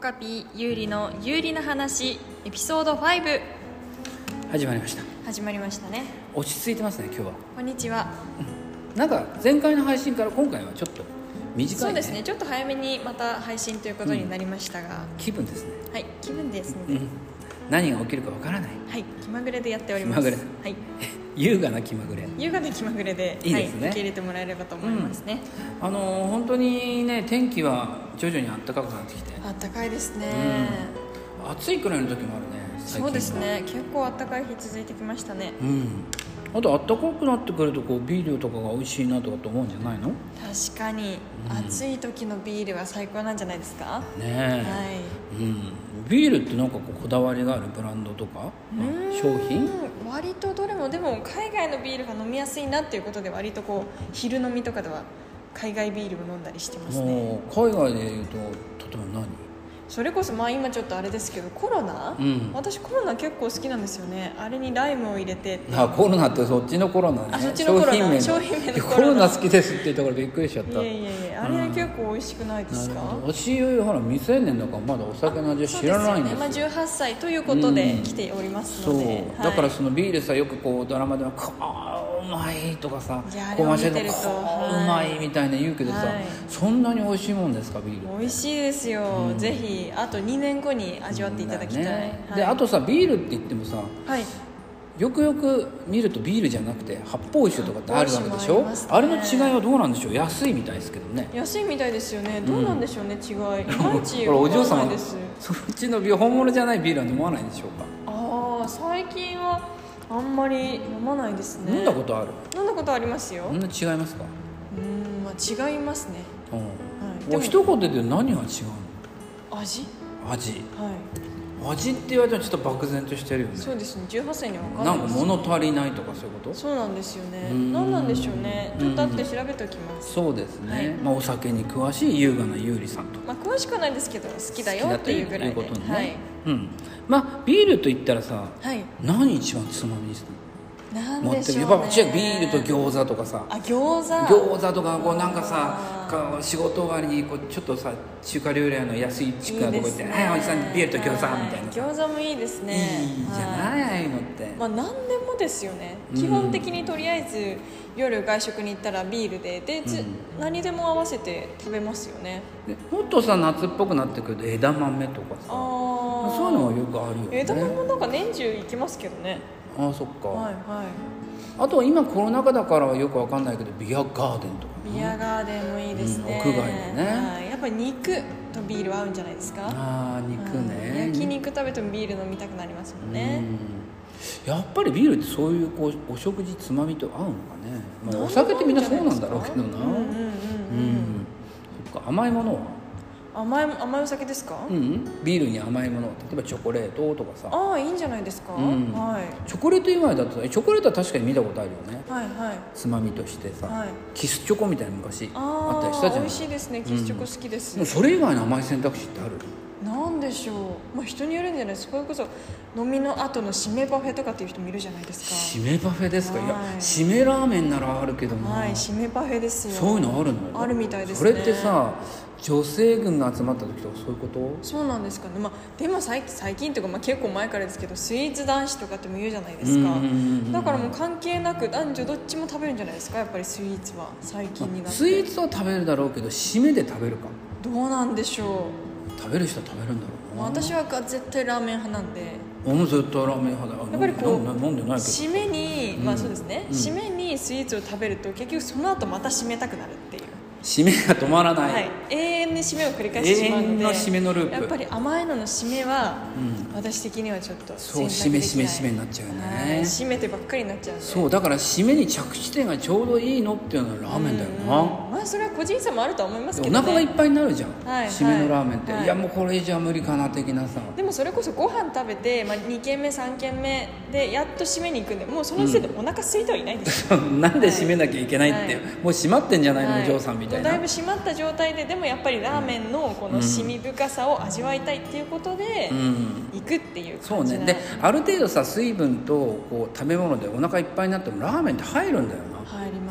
カピ有利の有利な話エピソード5 始まりました。 始まりましたね。 落ち着いてますね今日は。 こんにちは。 なんか前回の配信から今回はちょっと短いね。 そうですね、ちょっと早めにまた配信ということになりましたが、 気分ですね。 はい、気分ですので、 何が起きるかわからない。 はい、気まぐれでやっております。 気まぐれ、 はい、 優雅な気まぐれ、 優雅な気まぐれで、 いいですね、 はい、受け入れてもらえればと思いますね。 本当にね、天気は徐々に暖かくなってきて、 暖かいですね、 暑いくらいの時もあるね。 そうですね、結構暖かい日続いてきましたね。 あと暖かくなってくるとこうビールとかが美味しいなとかと思うんじゃないの？ 確かに、暑い時のビールは最高なんじゃないですかね。 はい、ビールってなんかこだわりがあるブランドとか商品？ 割とどれも、でも海外のビールが飲みやすいなっていうことで割とこう昼飲みとかでは海外ビールを飲んだりしてますね。 海外でいうと例えば何？ それこそ今ちょっとあれですけどコロナ、私コロナ結構好きなんですよね。あれにライムを入れてコロナってそっちのコロナね。 そっちのコロナ、商品名のコロナ。 コロナ好きですって言ったからびっくりしちゃった。 いやあれ結構美味しくないですか？ 私ほら未成年だからまだお酒の味は知らないんですよ。 そうですよね、18歳ということで来ておりますので、 そうだからそのビールさ、よくこうドラマではうまいとかさ、 こう見てるとうまいみたいな言うけどさ、そんなに美味しいもんですかビール？ 美味しいですよ、ぜひあと2年後に味わっていただきたい、 であとさ、ビールって言ってもさ、よくよく見るとビールじゃなくて発泡酒とかってあるわけでしょ。あれの違いはどうなんでしょう？安いみたいですけどね。 安いみたいですよね。どうなんでしょうね、違いいまいちほらお嬢様わからないです。 そっちの本物じゃないビールは飲まないでしょうか？ 最近はあんまり飲まないですね。 飲んだことある？ 飲んだことありますよ。 そんな違いますか？ 違いますね。 一言で何が違うの？ 味、 味って言われたらちょっと漠然としてるよね。 そうですね、18歳には分かんないなんか物足りないとかそういうこと？ そうなんですよね。何なんでしょうね。ちょっと後で調べておきます。 そうですね、お酒に詳しい優雅な優里さんと、 詳しくはないですけど好きだよっていうぐらいで、 ことね。ビールと言ったらさ、何一番つまみにするの？ なんでしょうね。 やっぱビールと餃子とかさ、餃子とかこうなんかさ、仕事終わりにこうちょっとさ、中華料理屋の安いチックなとこ行って、おじさんビールと餃子みたいな。 餃子もいいですね。 いいじゃない、ああいうのって。 何でもですよね。基本的にとりあえず夜外食に行ったらビールで何でも合わせて食べますよね。 もっとさ、夏っぽくなってくると枝豆とかさ、そういうのがよくあるよね。 枝豆もなんか年中行きますけどね。 そっか。あと今コロナ禍だからよくわかんないけどビアガーデンとかね。 ビアガーデンもいいですね。 屋外でね。 やっぱり肉とビールは合うんじゃないですか？ 肉ね。 焼肉食べてもビール飲みたくなりますもんね。 やっぱりビールってそういうこうお食事つまみと合うのかね。お酒ってみんなそうなんだろうけどな。そっか。甘いものは？甘いお酒ですか？ ビールに甘いもの、例えばチョコレートとかさ。 いいんじゃないですか。 チョコレート以外だと、チョコレートは確かに見たことあるよね。つまみとしてさ、キスチョコみたいな昔あったりしたじゃん。 美味しいですね、キスチョコ好きです。 それ以外の甘い選択肢ってある？ なんでしょう、人によるんじゃないですか。それこそ飲みの後の締めパフェとかっていう人もいるじゃないですか。 締めパフェですか？いや、締めラーメンならあるけどな。 締めパフェですよ。 そういうのあるの？ あるみたいですね。 それってさ、女性軍が集まった時とかそういうこと？ そうなんですかね。でも最近というか、結構前からですけど、スイーツ男子とかっても言うじゃないですか。だからもう関係なく男女どっちも食べるんじゃないですか。やっぱりスイーツは最近になって。 スイーツは食べるだろうけど、締めで食べるか？ どうなんでしょう。食べる人は食べるんだろうな。 私は絶対ラーメン派なんで。 絶対ラーメン派だ。 やっぱりこう飲んでないけど、 締めに、そうですね、締めにスイーツを食べると結局その後また締めたくなるっていう。 締めが止まらない、 永遠に締めを繰り返してしまうので、 永遠の締めのループ。 やっぱり甘いのの締めは、私的にはちょっとそう、締めになっちゃうよね。 締めてばっかりになっちゃうんで。 そうだから締めに着地点がちょうどいいのっていうのはラーメンだよな。 それは個人差もあるとは思いますけどね。 お腹がいっぱいになるじゃん、締めのラーメンって、いやもうこれじゃ無理かな的なさ。 でもそれこそご飯食べて、2軒目3軒目でやっと締めに行くんで、もうその時点でお腹空いてはいないんですよ、 なんで締めなきゃいけないって、もう閉まってんじゃないの、お嬢さんみたいな。 だいぶ閉まった状態で、でもやっぱりラーメンのこの染み深さを味わいたいっていうことで行くっていう感じなんで。 である程度さ、水分とこう食べ物でお腹いっぱいになってもラーメンって入るんだよな。 入りますね。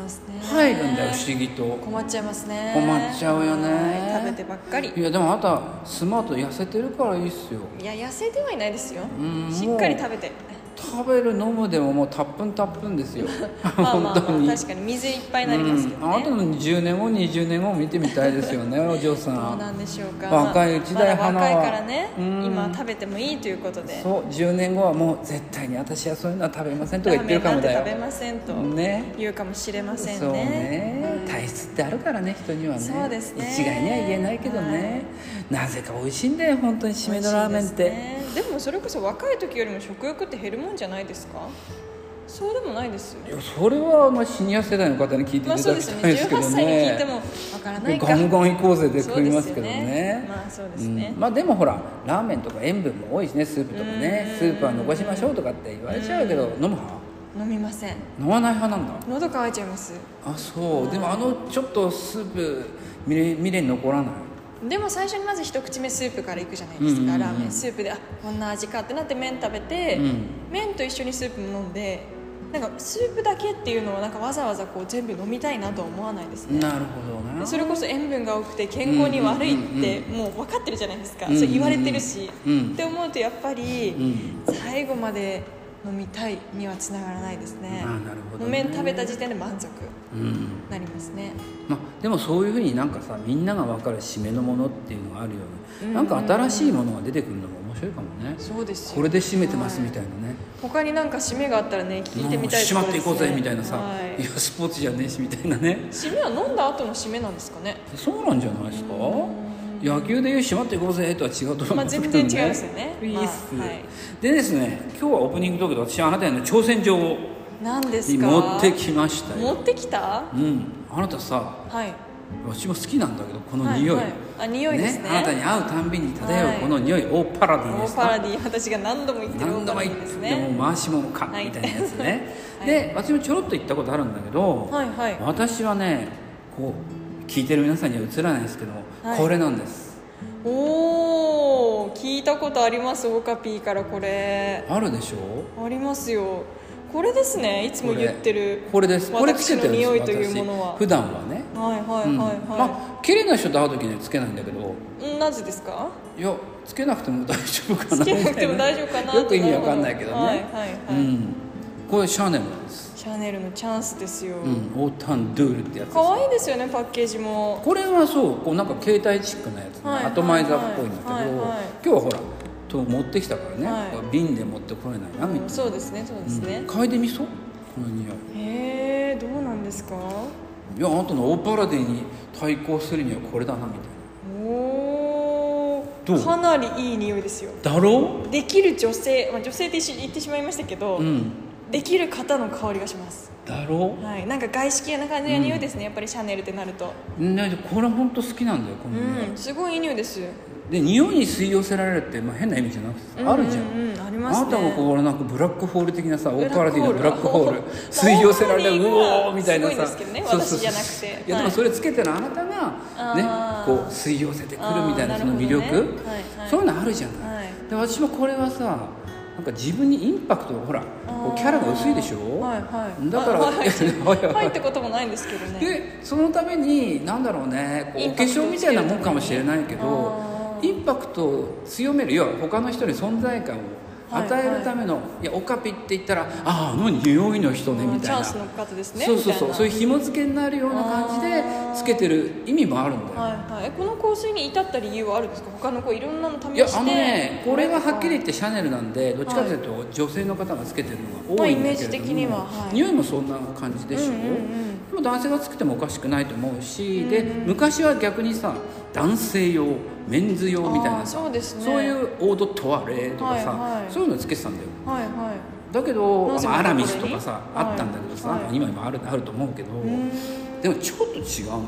入るんだよ、不思議と。 困っちゃいますね。 困っちゃうよね。 食べてばっかり。 いやでもあなたスマート痩せてるからいいっすよ。 いや痩せてはいないですよ。しっかり食べて。 食べる飲むでももうたっぷんたっぷんですよ。 本当に確かに水いっぱいになりますけどね。 あなたの10年後20年後見てみたいですよねお嬢さん。 どうなんでしょうか。 若いうちだよ、花は。 若いからね、今食べてもいいということで。 そう、10年後はもう絶対に私はそういうのは食べませんとか言ってるかもだよ。 食べませんと言うかもしれませんね。 そうね、体質ってあるからね、人にはね。 そうですね、 一概には言えないけどね、なぜか美味しいんだよ本当に締めのラーメンって。 でもそれこそ若い時よりも食欲って減るもんじゃないですか。そうでもないですよ。 いやそれはシニア世代の方に聞いていただきたいですけどね。 18歳に聞いてもわからないか。 ガンガン行こうぜで食いますけどね。 そうですね。 でもほらラーメンとか塩分も多いしね、スープとかね、スープは残しましょうとかって言われちゃうけど、飲む派？ 飲みません。 飲まない派なんだ。 喉乾いちゃいます。あ、 そう。でもちょっとスープ未練残らない？ でも最初にまず一口目スープからいくじゃないですか。ラーメンスープでこんな味かってなって麺食べて、麺と一緒にスープも飲んで、なんかスープだけっていうのはなんかわざわざこう全部飲みたいなとは思わないですね。 なるほどね。 それこそ塩分が多くて健康に悪いってもう分かってるじゃないですか。そう言われてるし、って思うとやっぱり最後まで飲みたいにはつながらないですね。 なるほどね。 麺食べた時点で満足なりますね。 でもそういうふうになんかさ、みんなが分かる締めのものっていうのがあるように、なんか新しいものが出てくるのも面白いかもね。 そうですよ。 これで締めてますみたいなね。 他になんか締めがあったらね、聞いてみたいですね。 締まっていこうぜみたいなさ、いやスポーツじゃねえしみたいなね。 締めは飲んだ後の締めなんですかね。 そうなんじゃないですか。野球でいう締まっていこうぜとは違うと思いますけどね。 全然違いますよね。 いいっす。でですね、今日はオープニングトークで私はあなたへの挑戦状を何ですか？ 持ってきましたよ。 持ってきた？ あなたさ、私も好きなんだけどこの匂い。 匂いですね。 あなたに会うたんびに漂うこの匂い、オーパラディですか？ オーパラディ、私が何度も言ってるオーパラディですね。 でも回し物かみたいなやつね。で、私もちょろっと言ったことあるんだけど、私はね、こう聞いてる皆さんには映らないですけど、これなんです。 おー、聞いたことあります。オカピーからこれあるでしょ。 ありますよ。これですね、いつも言ってる。 これです。これつけてるんですよ。 私の匂いというものは普段はね。綺麗な人と会う時にはつけないんだけど。 なぜですか？ いや、つけなくても大丈夫かな。 つけなくても大丈夫かな。 よく意味わかんないけどね。これシャネルなんです。 シャネルのチャンスですよ。 オータンドゥールってやつ。 可愛いですよね、パッケージも。 これはそう、こうなんか携帯チックなやつ、アトマイザーっぽいんだけど、今日はほら持ってきたからね、瓶で持ってこれないなみたいな。 そうですね、そうですね。 嗅いでみそう、この匂い。 どうなんですか？ いや、あなたのオーパラディに対抗するにはこれだなみたいな。 おー、かなりいい匂いですよ。 だろう？ できる女性、女性って言ってしまいましたけど、できる方の香りがします。 だろう？ なんか外資系な感じの匂いですね、やっぱりシャネルってなると。 これ本当好きなんだよ、この匂い。 すごいいい匂いです。 で、匂いに吸い寄せられるって、変な意味じゃなくてあるじゃん。 ありますね。 あなたもこうなんかブラックホール的なさ、オーパラディのブラックホール吸い寄せられる、うおーみたいなさ。 すごいですけどね、私じゃなくて。 いやでもそれつけてるあなたがね、こう吸い寄せてくるみたいなその魅力、そういうのあるじゃない。で、私もこれはさ、なんか自分にインパクトがほらこうキャラが薄いでしょ。だからはいってこともないんですけどね。 で、そのためになんだろうね、こうお化粧みたいなもんかもしれないけど、インパクトを強める、要は他の人に存在感を与えるための、いやオカピって言ったらあの匂いの人ねみたいな、 チャンスの方ですね。 そういう紐付けになるような感じでつけてる意味もあるんだよ。 この香水に至った理由はあるんですか？他のいろんなの試して。 いや、これははっきり言ってシャネルなんで、どっちかというと女性の方がつけてるのが多いんだけれども、イメージ的には匂いもそんな感じでしょ。でも男性がつけてもおかしくないと思うし、で昔は逆にさ、男性用メンズ用みたいなさ、そういうオードトワレーとかさ、そういうのつけてたんだよ。だけどアラミスとかさあったんだけどさ、今もあると思うけど、でもちょっと違うなみたいなさ、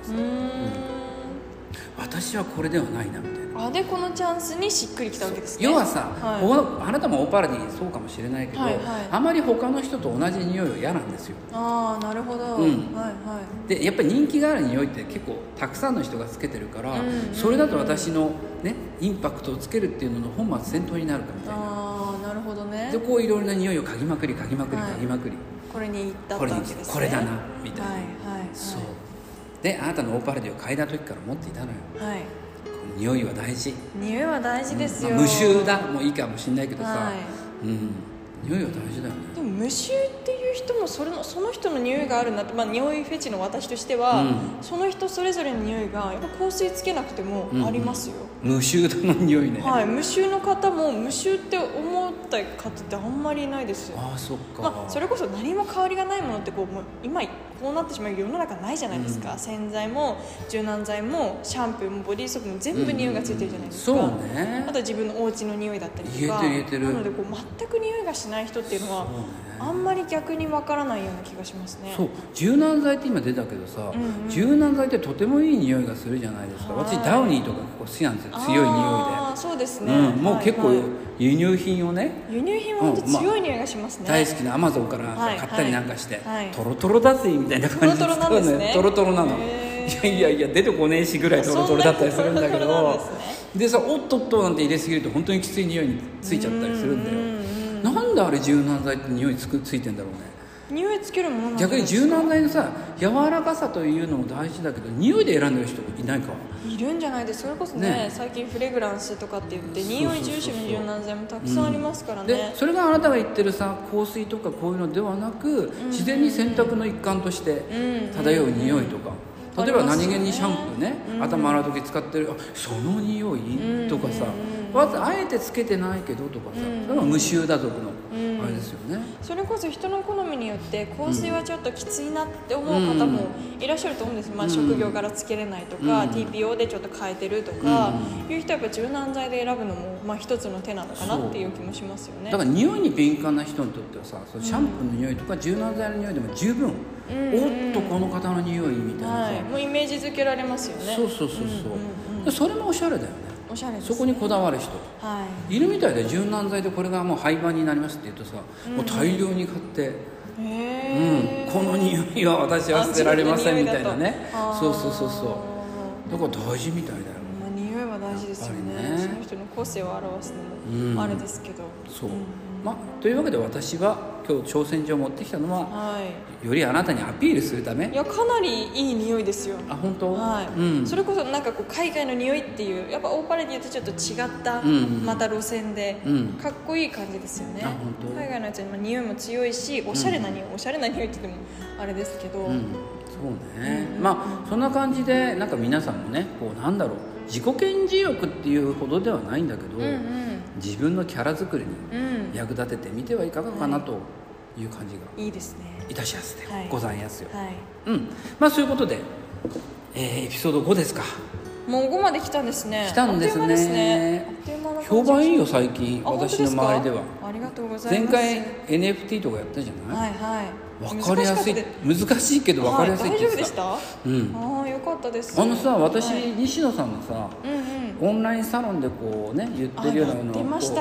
私はこれではないなみたいな。 でこのチャンスにしっくりきたわけですね。 要はさ、あなたもオーパラディそうかもしれないけど、あまり他の人と同じ匂いは嫌なんですよ。 なるほど。 でやっぱり人気がある匂いって結構たくさんの人がつけてるから、それだと私のねインパクトをつけるっていうのの本末転倒になるかみたいな。 なるほどね。 でこういろいろな匂いを嗅ぎまくり、 これに至ったわけですね。 これだなみたいな、 はいはいはい、 そうであなたのオーパルディを嗅いだ時から思っていたのよ、 はい、 匂いは大事、 匂いは大事ですよ、 無臭だもういいかもしれないけどさ、 はい、 匂いは大事だよね。 でも無臭っていう人もその人の匂いがあるなって、匂いフェチの私としては、その人それぞれの匂いがやっぱ香水つけなくてもありますよ、 無臭の匂いね、 はい、無臭の方も無臭って思った方ってあんまりいないですよ。 ああそっか、 それこそ何も香りがないものってもう今こうなってしまう世の中ないじゃないですか、洗剤も柔軟剤もシャンプーもボディーソープも全部匂いがついてるじゃないですか、 そうね、 あとは自分のお家の匂いだったりとか、 言えてるなので全く匂いがしない人っていうのはあんまり逆にわからないような気がしますね。 そう柔軟剤って今出たけどさ、柔軟剤ってとてもいい匂いがするじゃないですか、私ダウニーとか結構好きなんですよ、強い匂いで。 あそうですね、 もう結構輸入品をね、 輸入品は本当強い匂いがしますね、 大好きなアマゾンから買ったりなんかして、 はいトロトロだぜみたいな感じでトロトロなんですね、 トロトロなの、いや出てこねえしぐらいトロトロだったりするんだけど、でさおっとっとなんて入れすぎると本当にきつい匂いについちゃったりするんだよ。なんであれ柔軟剤って匂いついてんだろうね。 匂いつけるものなんですか。 逆に柔軟剤のさ柔らかさというのも大事だけど匂いで選んでる人いないか。 いるんじゃないですか。それこそね最近フレグランスとかって言って匂い重視の柔軟剤もたくさんありますからね、 でそれがあなたが言ってるさ香水とかこういうのではなく、自然に洗濯の一環として漂う匂いとか、例えば何気にシャンプーね、頭洗う時使ってるその匂いとかさ、あえてつけてないけどとかさ、それは無臭だ族のあれですよね。 それこそ人の好みによって香水はちょっときついなって思う方もいらっしゃると思うんです、職業からつけれないとか、TPO でちょっと変えてるとか、いう人はやっぱ柔軟剤で選ぶのも一つの手なのかなっていう気もしますよね。 だから匂いに敏感な人にとってはさ、シャンプーの匂いとか柔軟剤の匂いでも十分、おっとこの方の匂いみたいなさ、 もうイメージづけられますよね。 そうそれもおしゃれだよね。 おしゃれですね、 そこにこだわる人、いるみたいで、柔軟剤でこれがもう廃盤になりますって言うとさ、もう大量に買って、この匂いは私は捨てられませんみたいなね。そうだから大事みたいだよ。 匂いは大事ですよね。その人の個性を表すのもあれですけど、 というわけで私は今日挑戦状を持ってきたのは、よりあなたにアピールするため。 いやかなりいい匂いですよ。 あ本当？ それこそなんかこう海外の匂いっていうやっぱオーパレディとちょっと違ったまた路線でかっこいい感じですよね。海外のやつは匂いも強いしおしゃれな匂い、おしゃれな匂いって言ってもあれですけど、 そうね、そんな感じでなんか皆さんもねこうなんだろう自己顕示欲っていうほどではないんだけど、自分のキャラ作りに役立ててみてはいかがかなという感じがいいですね。 いたしやすでございますよ。そういうことで、エピソード5ですか。 もう5まで来たんですね。 来たんですね。評判いいよ最近私の周りでは。 ありがとうございます。 前回 NFT とかやったじゃない。分かりやすい、難しいけど分かりやすいって言ってた。大丈夫でした？よかったです。私西野さんのさ、オンラインサロンでこうね言ってるようなのを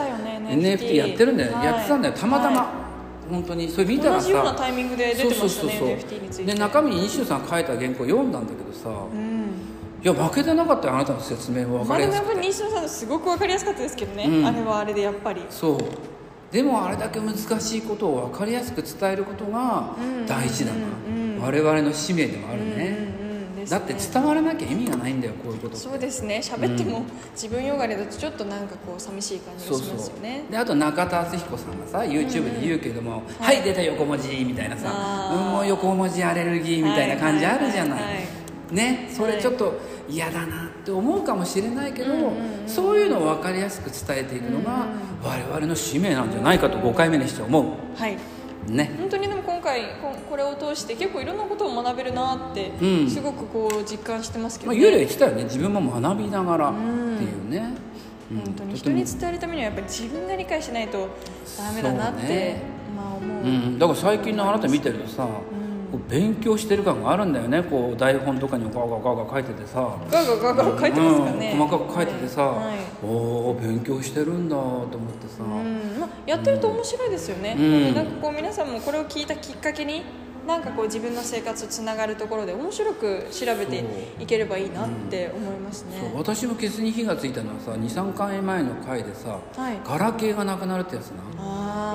NFT やってるんだよ。やってたんだよたまたま。本当にそれ見たらさ、 同じようなタイミングで出てましたね。NFT について。 で中身に西野さんが書いた原稿読んだんだけどさ、いや負けてなかったよあなたの説明も分かりやすくて。 でもやっぱり西野さんのすごく分かりやすかったですけどね、あれはあれでやっぱり。 そうでもあれだけ難しいことを分かりやすく伝えることが大事だな、我々の使命でもあるね。だって伝わらなきゃ意味がないんだよこういうことって。 そうですね。喋っても自分よがりだとちょっとなんかこう寂しい感じがしますよね。 であと中田敦彦さんがさ YouTube で言うけども、はい出た横文字みたいなさ、もう横文字アレルギーみたいな感じあるじゃないね。それちょっと嫌だなって思うかもしれないけど、そういうのを分かりやすく伝えていくのが我々の使命なんじゃないかと5回目にして思う。ね、 本当にでも今回これを通して結構いろんなことを学べるなってすごくこう実感してますけどね。 ゆうりは言ってたよね、自分も学びながらっていうね。 本当に人に伝えるためにはやっぱり自分が理解しないとダメだなって思う。 だから最近のあなた見てるとさ、勉強してる感があるんだよね。こう台本とかにガーガーガーガー書いててさ、 ガーガーガーガー書いてますかね。 細かく書いててさ、おー勉強してるんだと思ってさ、 やってると面白いですよね。なんかこう皆さんもこれを聞いたきっかけになんかこう自分の生活とつながるところで面白く調べていければいいなって思いますね。 私もケツに火がついたのはさ 2,3 回前の回でさ、ガラケーがなくなるってやつな。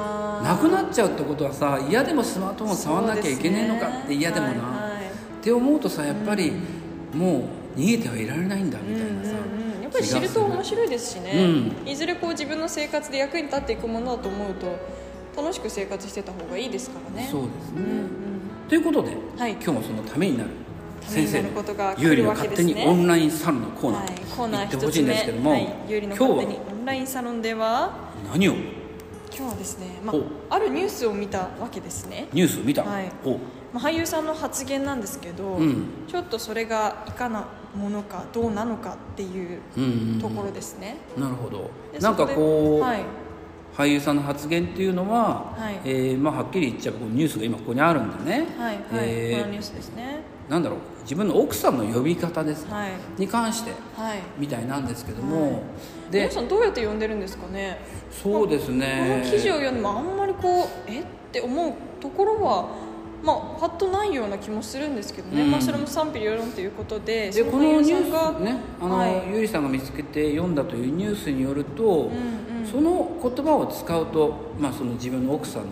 なくなっちゃうってことはさ、嫌でもスマートフォン触んなきゃいけねえのかって嫌でもな、って思うとさ、やっぱりもう逃げてはいられないんだみたいなさ、 やっぱり知ると面白いですしね、いずれこう自分の生活で役に立っていくものだと思うと楽しく生活してた方がいいですからね。 そうですね、ということで、今日もそのためになる先生の有利の勝手にオンラインサロンのコーナーコーナー行ってほしいんですけども、 有利の勝手にオンラインサロンでは何を今日はですね、あるニュースを見たわけですね。 ニュース見た、 俳優さんの発言なんですけど、ちょっとそれがいかなものかどうなのかっていうところですね。 なるほど。なんかこう、俳優さんの発言っていうのは、はっきり言っちゃうニュースが今ここにあるんでね、 このニュースですね。 なんだろう、自分の奥さんの呼び方です、に関して、みたいなんですけども、 で皆さんどうやって呼んでるんですかね。 そうですね、 この記事を読んでもあんまりこうって思うところはパッとないような気もするんですけどね、それも賛否両論ということで、 このニュースね、ゆりさんが見つけて読んだというニュースによると、その言葉を使うと、その自分の奥さんの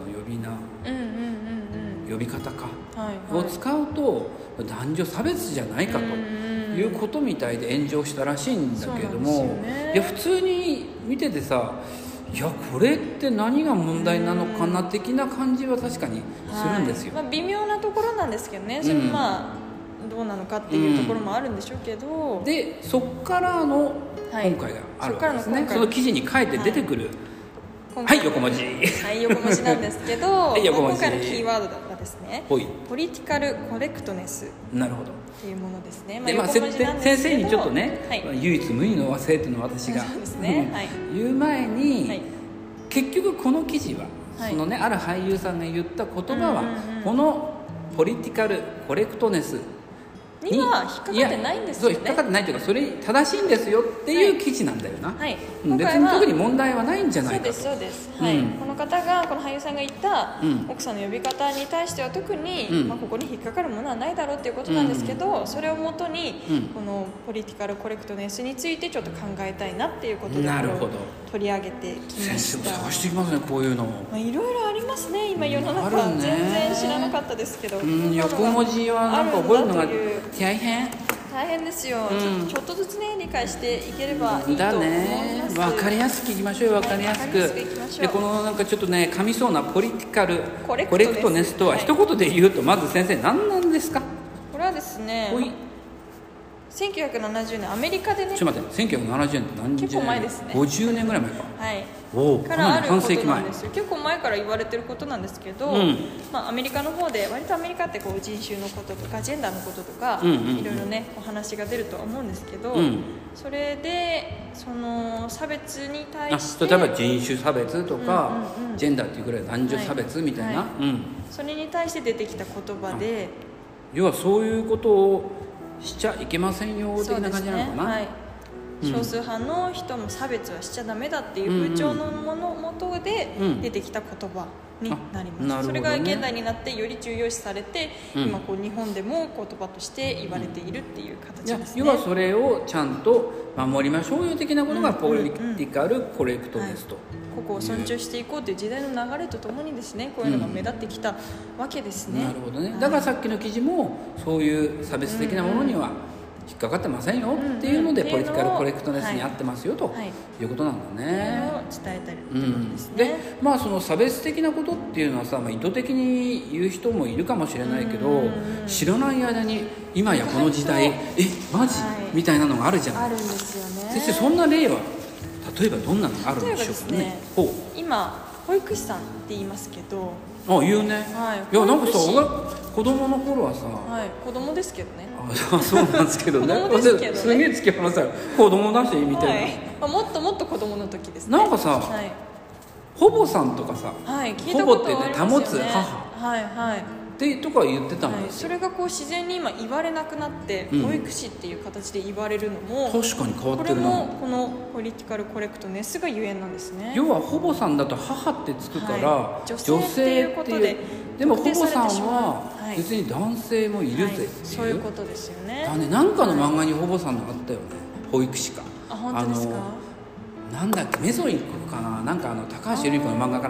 呼び方か、を使うと男女差別じゃないかということみたいで炎上したらしいんだけれども、いや普通に見ててさ、いやこれって何が問題なのかな的な感じは確かにするんですよ、 微妙なところなんですけどね、それもどうなのかっていうところもあるんでしょうけど、 でそっからの今回があるわけですね、その記事に書いて出てくる、横文字横文字なんですけど今回のキーワードはですね、ポリティカルコレクトネスっていうものですね。 先生にちょっとね、唯一無二の和製っていうのを私が言う前に、結局この記事はそのね、ある俳優さんが言った言葉はこのポリティカルコレクトネスには引っかかってないんですよね。 引っかかってないというか、それ正しいんですよっていう記事なんだよな、別に特に問題はないんじゃないかと。 そうです、この方が、この俳優さんが言った奥さんの呼び方に対しては特に、ここに引っかかるものはないだろうっていうことなんですけど、それをもとに、このポリティカルコレクトネスについてちょっと考えたいなっていうことで取り上げてきました。 先生探してきますね、こういうの。 いろいろありますね、今世の中、全然知らなかったですけど、 横文字はなんか覚えるのが大変ですよ、ちょっとずつね理解していければいいと思います。 分かりやすくいきましょうよ、分かりやすく。でこのなんかちょっとね噛みそうなポリティカルコレクトネスとは一言で言うと、まず先生何なんですか。 これはですね、1970年アメリカでね、 ちょっと待って、1970年って何年？ 結構前ですね。 50年ぐらい前か。 からあることなんですよ。結構前から言われてることなんですけど、アメリカの方で割とアメリカってこう人種のこととかジェンダーのこととか、いろいろねお話が出るとは思うんですけど、それでその差別に対して例えば人種差別とか、ジェンダーっていうぐらい男女差別みたいな、 それに対して出てきた言葉で、 要はそういうことをしちゃいけませんよ的な感じなのかな。 少数派の人も差別はしちゃダメだっていう風潮のもとで出てきた言葉になります、それが現代になってより重要視されて、今こう日本でも言葉として言われているっていう形ですね。 要はそれをちゃんと守りましょうよ的なことがポリティカルコレクトですと、 ここを尊重していこうという時代の流れとともにですね、こういうのが目立ってきたわけですね。 なるほどね。だからさっきの記事もそういう差別的なものには引っかかってませんよっていうので、ポリティカルコレクトネスに合ってますよということなんだね。 伝えたりということですね。 でその差別的なことっていうのはさ、意図的に言う人もいるかもしれないけど、知らない間に今やこの時代マジ、みたいなのがあるじゃない。 あるんですよね。 先生、そんな例は例えばどんなのがあるんでしょうかね。 今保育士さんって言いますけど、 言うね、いやなんかさ、俺子供の頃はさ、 子供ですけどね、 そうなんですけどねすげえ突き放される、子供だしみたいな、もっともっと子供の時ですね。 なんかさ、ほぼさんとかさ、ほぼってね、保つ母ってとか言ってたんですよ。 それがこう自然に今言われなくなって、保育士っていう形で言われるのも確かに変わってるな。 これもこのポリティカルコレクトネスがゆえんなんですね。 要はほぼさんだと母ってつくから、女性っていうことで、でもほぼさんは別に男性もいるぜっていう、 そういうことですよね。 なんかの漫画にほぼさんのあったよね、保育士か。 本当ですか。 なんだっけ、メゾン一国かな、なんか高橋由里子の漫画かなんかね、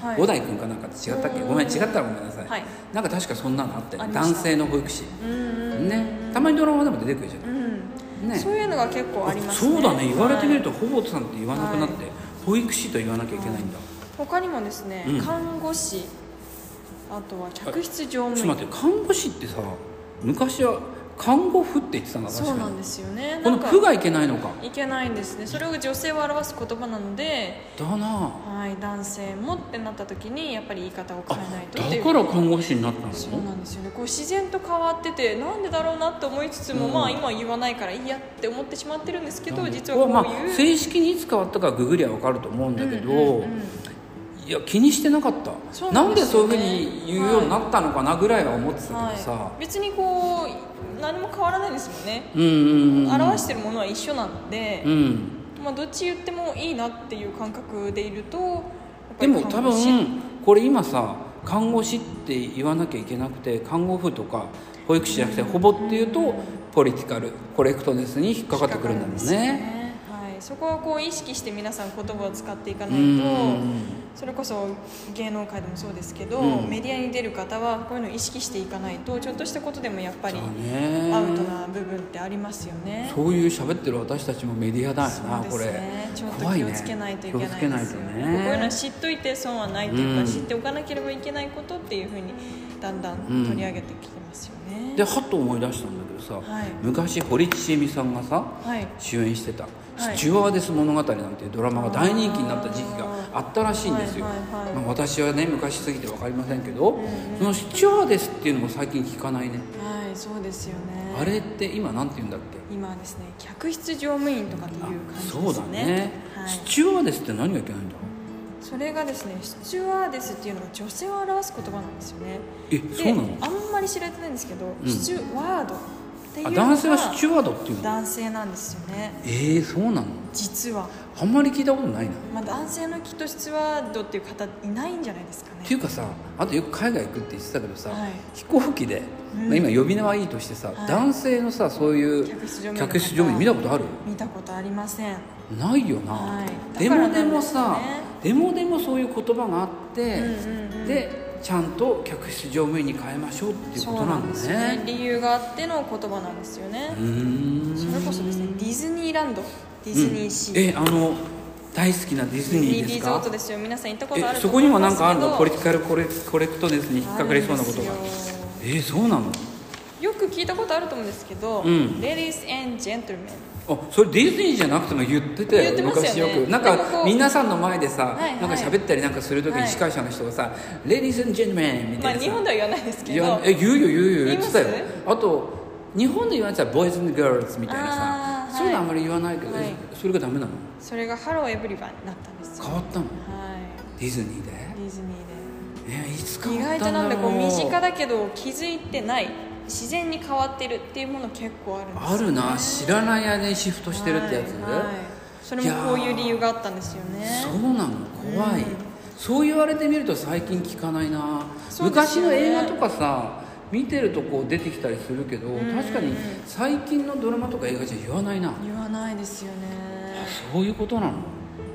はい、 五代君かなんか違ったっけ、ごめん違ったらごめんなさい、はい、なんか確かそんなのあって男性の保育士ね、たまにドラマでも出てくるじゃない、 ね、そういうのが結構ありますね。 そうだね、言われてみると、保母さんって言わなくなって、保育士と言わなきゃいけないんだ。 他にもですね、看護師、あとは客室乗務員。 ちょっと待って、看護師ってさ、昔は看護婦って言ってたんだ。確かにそうなんですよね。 この婦がいけないのか。 いけないんですね。それを女性を表す言葉なので、 だな、 はい、男性もってなった時にやっぱり言い方を変えないとっていう。 だから看護師になったの。 そうなんですよね。こう自然と変わってて、なんでだろうなって思いつつも、まあ今は言わないからいいやって思ってしまってるんですけど、実はこういう、 まあ、正式にいつ変わったかググりゃ分かると思うんだけど、いや気にしてなかった。なんでそういうふうに言うようになったのかなぐらいは思ってたけどさ、 別にこう何も変わらないですもんね。表してるものは一緒なので、まあ、どっち言ってもいいなっていう感覚でいると、 でも多分これ今さ、看護師って言わなきゃいけなくて、看護婦とか保育士じゃなくて保母っていうと、ポリティカルコレクトネスに引っかかってくるんだもんね。 そこはこう意識して皆さん言葉を使っていかないと、それこそ芸能界でもそうですけど、メディアに出る方はこういうのを意識していかないと、ちょっとしたことでもやっぱりアウトな部分ってありますよね。 そういう喋ってる私たちもメディアだよな、これちょっと気をつけないといけないですよね。こういうのは知っといて損はないというか、知っておかなければいけないことっていうふうにだんだん取り上げてきてますよね。 ではっと思い出したんだけどさ、昔堀ちえみさんがさ、主演してたスチュワーデス物語なんていうドラマが大人気になった時期があったらしいんですよ。私はね、昔すぎて分かりませんけど、そのスチュワーデスっていうのも最近聞かないね。 はい、そうですよね。 あれって今なんて言うんだっけ。 今はですね、客室乗務員とかっていう感じですね。 そうだね、スチュワーデスって何がいけないんだろう。それがですね、スチュワーデスっていうのが女性を表す言葉なんですよね。 そうなの。 あんまり知られてないんですけど、スチュワードっていうのが男性はスチュワードっていうの。 男性なんですよね。 そうなの。 実はあんまり聞いたことないな。 まあ、男性のきっとスチュワードっていう方いないんじゃないですかね。 っていうかさ、あとよく海外行くって言ってたけどさ、飛行機で、今呼び名はいいとしてさ、男性のさ、そういう客室乗務員見たことある？ 見たことありません。 ないよな。でもさ、でもそういう言葉があって、でちゃんと客室乗務員に変えましょうっていうことなんですね。 理由があっての言葉なんですよね。それこそですね、ディズニーランド、ディズニーシー、 大好きなディズニーですか？ リゾートですよ。皆さん行ったことあるとそこにもなんかあるの？ポリティカルコレクトネスに引っかかりそうなことが。そうなの？ よく聞いたことあると思うんですけど、Ladies and Gentlemen。 それディズニーじゃなくても言ってたよ、昔よく。なんか皆さんの前でさ、なんか喋ったりなんかするときに司会者の人がさ、Ladies and Gentlemen みたいなさ。 日本では言わないですけど。 言ってたよ。あと日本で言われてたら Boys and Girls みたいなさ、そういうのあんまり言わないけど、それがダメなの？ それが Hello Everyone になったんですよ。 変わったの？ディズニーで？ ディズニーで。 いつ変わったの？ 意外となんでこう身近だけど気づいてない、自然に変わってるっていうもの結構あるんですよね。あるな、 知らない間にシフトしてるってやつ。 それもこういう理由があったんですよね。 そうなの？怖い。そう言われてみると最近聞かないな。昔の映画とかさ見てるとこう出てきたりするけど、確かに最近のドラマとか映画じゃ言わないな。 言わないですよね。 そういうことなの？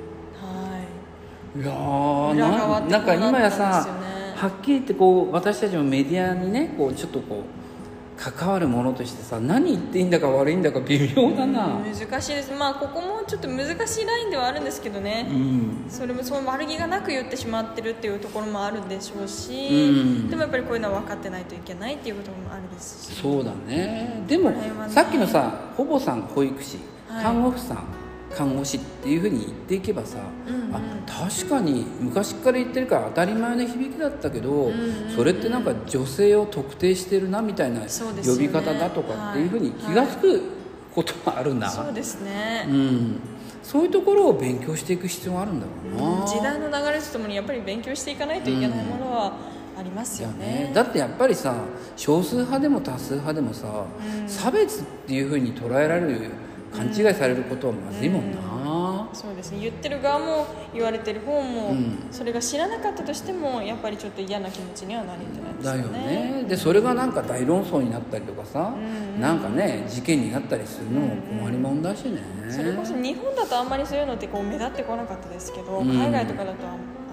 いやなんか今やさ、はっきり言ってこう私たちもメディアにね、こうちょっとこう関わるものとしてさ、何言っていいんだか悪いんだか微妙だな。 難しいです。まあここもちょっと難しいラインではあるんですけどね、それもその悪気がなく言ってしまってるっていうところもあるでしょうし、でもやっぱりこういうのは分かってないといけないっていうこともあるですし。 そうだね。でもさっきのさ、保母さん保育士、看護婦さん看護師っていうふうに言っていけばさ、確かに昔から言ってるから当たり前の響きだったけど、それってなんか女性を特定してるなみたいな呼び方だとかっていうふうに気が付くことがあるな。 そうですね、 そういうところを勉強していく必要があるんだろうな。 時代の流れとともにやっぱり勉強していかないといけないものはありますよね。 だってやっぱりさ、少数派でも多数派でもさ、差別っていうふうに捉えられる、勘違いされることはまずいもんな。 そうですね。言ってる側も言われてる方も、それが知らなかったとしてもやっぱりちょっと嫌な気持ちにはなるんじゃないですかね。 だよね。でそれがなんか大論争になったりとかさ、なんかね事件になったりするのも困りもんだしね。 それこそ日本だとあんまりそういうのってこう目立ってこなかったですけど、海外とかだと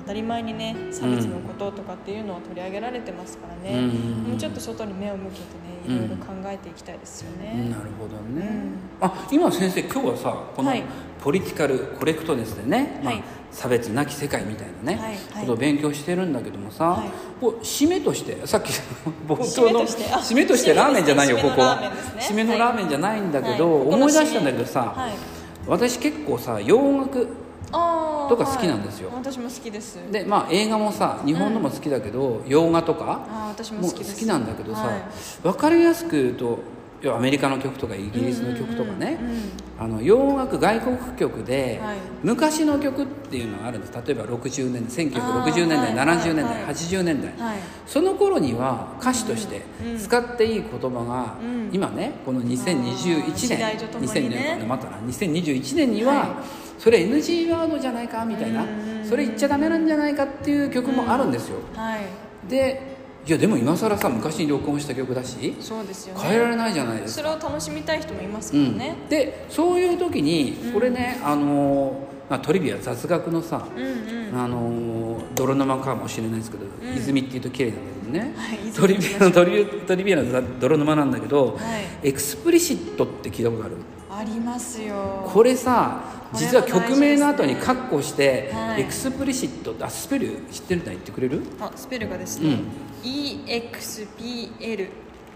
当たり前にね差別のこととかっていうのを取り上げられてますからね、もうちょっと外に目を向けてねいろいろ考えていきたいですよね。 なるほどね、今先生今日はさこのポリティカルコレクトネスでね、差別なき世界みたいなね、ことを勉強してるんだけどもさ、締めとしてさっき冒頭の締めとしてラーメンじゃないよ、ここは締めのラーメンじゃないんだけど、思い出したんだけどさ、私結構さ洋楽とか好きなんですよ。 私も好きです。 で映画もさ日本のも好きだけど、洋画とかも好きなんだけどさ、分かりやすく言うとアメリカの曲とかイギリスの曲とかね、洋楽外国曲で、昔の曲っていうのがあるんです。例えば60年代1960年代、70年代、80年代、その頃には歌詞として使っていい言葉が、今ねこの2021年2021年には、それ NG ワードじゃないかみたいな、それ言っちゃダメなんじゃないかっていう曲もあるんですよ。でも今更さ昔に録音した曲だし、 そうですよね、 変えられないじゃないですか。 それを楽しみたい人もいますからね、 でそういう時にこれね、トリビア雑学のさ、泥沼かもしれないですけど、泉っていうと綺麗なんだけどね、トリビアの泥沼なんだけど、エクスプリシットって聞いたことある？ ありますよ。 これさ実は曲名の後にカッコして、エクスプリシットってスペル知ってるんだ、言ってくれる？ スペルがですね、EXPLICIT、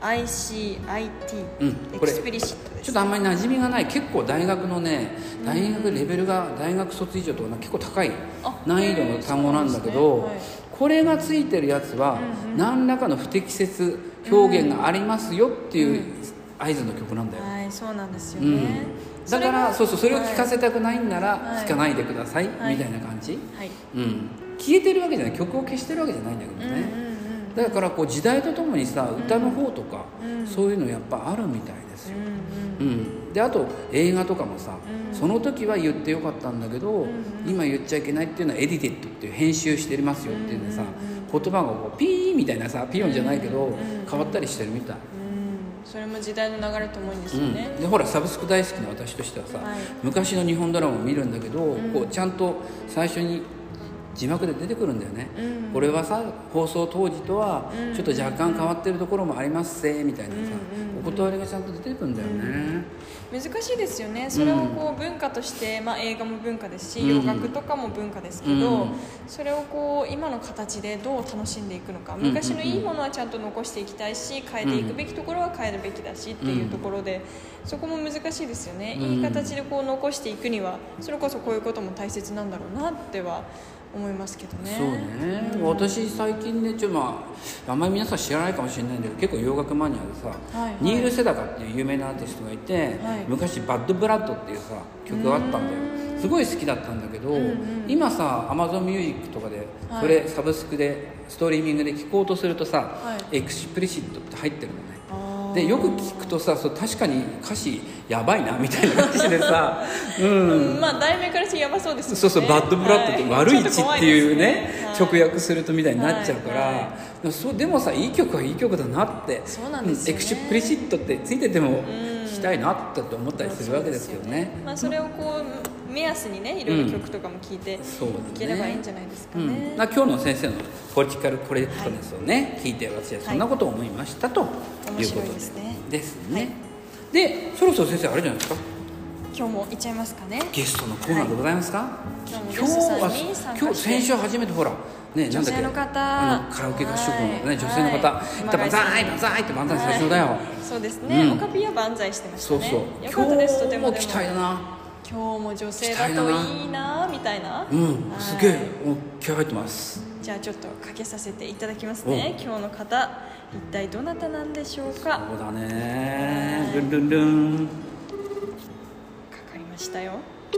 エクスプリシットです。 ちょっとあんまり馴染みがない、結構大学のね、大学レベルが大学卒以上とか結構高い難易度の単語なんだけど、これがついてるやつは何らかの不適切表現がありますよっていう合図の曲なんだよ。 そうなんですよね、 だからそれを聞かせたくないんなら聞かないでください、みたいな感じ、消えてるわけじゃない、曲を消してるわけじゃないんだけどね、だからこう時代とともにさ歌の方とか、そういうのやっぱあるみたいですよ、であと映画とかもさ、その時は言ってよかったんだけど、今言っちゃいけないっていうのはエディティットっていう編集してますよっていうんでさ、言葉がこうピーみたいなさ、ピヨンじゃないけど変わったりしてるみたい。 それも時代の流れと思うんですよね、 でほらサブスク大好きな私としてはさ、昔の日本ドラマを見るんだけど、こうちゃんと最初に字幕で出てくるんだよね、これはさ放送当時とはちょっと若干変わってるところもありますせみたいなさ、お断りがちゃんと出てくるんだよね、 難しいですよね。それをこう文化として、映画も文化ですし、洋楽とかも文化ですけど、それをこう今の形でどう楽しんでいくのか、昔のいいものはちゃんと残していきたいし、変えていくべきところは変えるべきだしっていうところで、そこも難しいですよね。いい形でこう残していくには、それこそこういうことも大切なんだろうなっては思いますけどね。 そうね、私最近ねあんまり皆さん知らないかもしれないんだけど、結構洋楽マニアでさ、ニール・セダカっていう有名なアーティストがいて、昔バッド・ブラッドっていうさ曲があったんだよ。すごい好きだったんだけど、今さ Amazon ミュージックとかでそれサブスクでストリーミングで聴こうとするとさ、エクスプリシットって入ってるのね。でよく聞くとさ、確かに歌詞やばいなみたいな感じでさ、 題名からしてやばそうですよね。 そうバッドブラッドって悪い血っていうね、直訳するとみたいになっちゃうから、でもさいい曲はいい曲だなって、 そうなんですよね、 エクスプリシットってついててもしたいなって思ったりするわけですけどね。 それをこう目安にね、いろいろ曲とかも聴いていければいいんじゃないですかね。 今日の先生のポリティカルコレクトネスをね、聞いて私はそんなことを思いましたということですね。でそろそろ先生あれじゃないですか、 今日も行っちゃいますかね。 ゲストのコーナーでございますか。 今日先週初めてほらね、 女性の方、 カラオケ合宿のね、女性の方、バンザイバンザイってバンザイ最初だよ。 そうですね、オカピーはバンザイしてましたね。よかったです。とても期待だな。 今日も女性だといいなみたいな。 すげえ気合入ってます。 じゃあちょっとかけさせていただきますね。今日の方、一体どなたなんでしょうか。 そうだね、ルンルンルンかかりましたよ。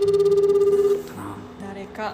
誰か。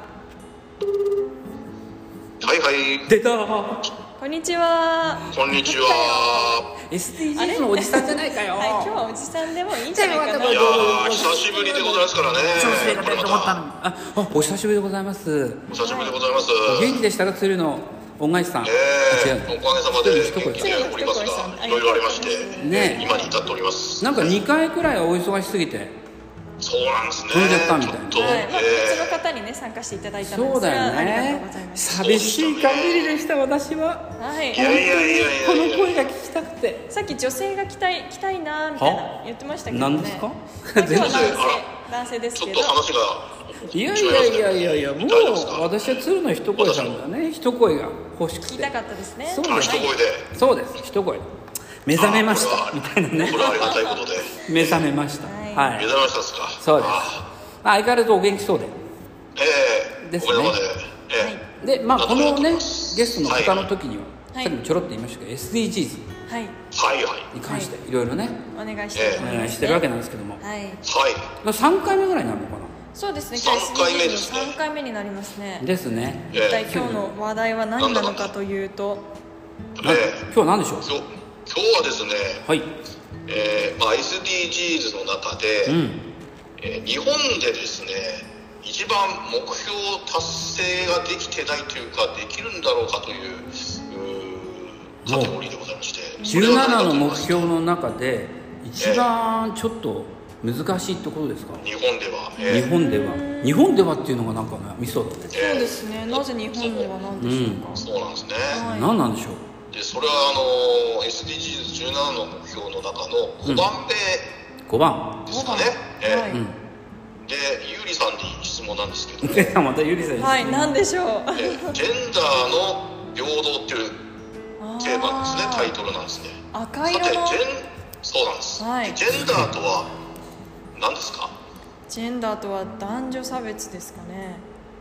出た。 こんにちは。 こんにちは。 SDGs のおじさんじゃないかよ。 今日はおじさんでもいいんじゃないかな。 いや久しぶりでございますからね。 お久しぶりでございます。 お久しぶりでございます。 元気でしたか、鶴の恩返しさん。 おかげさまで元気でおりますが、いろいろありまして、今に至っております。 なんか2回くらいお忙しすぎて。 そうなんですね。 飛んじゃったみたいな。 別の方にね参加していただいたのですが、 そうだよありがとうねございま。す。 寂しい限りでした私は。 はい。 いやこの声が聞きたくて。 さっき女性が来たいなみたいな言ってましたけどね。 何ですか？ 今日は男性ですけど。 ちょっと話がいやもう私は鶴の一声さんだね。一声が欲しくて。 聞きたかったですね。 そうです。 一声で。 そうです。一声。目覚めましたみたいなね。 これはありがたいことで。 目覚めました。はい。 目覚めましたですか。 そうです。相変わらずお元気そうで。ですね。で、まあこのねゲストの方の時にはさっきもちょろっと言いましたけど SDGs に関していろいろねお願いしてるわけなんですけども。 はい。 3回目ぐらいになるのかな。 そうですね。 3回目ですね。 3回目になりますね。 ですね。 一体今日の話題は何なのかというと、 今日は何でしょう。 今日はですね。 はい。 SDGs の中で、日本でですね一番目標達成ができてないというかできるんだろうかというカテゴリーでございまして、 17の目標の中で一番ちょっと難しいってことですか。 日本では、 日本ではっていうのがなんかねミソだね。 そうですね。なぜ日本ではなんでしょうか。 そうなんですね。 何なんでしょう。 でそれはSDGs17 の目標の中の5番目 5番ですかね。でゆうりさんに質問なんですけど、 またゆうりさんに質問。 はい、何でしょう。 ジェンダーの平等っていうテーマですね。タイトルなんですね。 赤色のそうなんです、ジェンダーとは何ですか。 ジェンダーとは男女差別ですかね。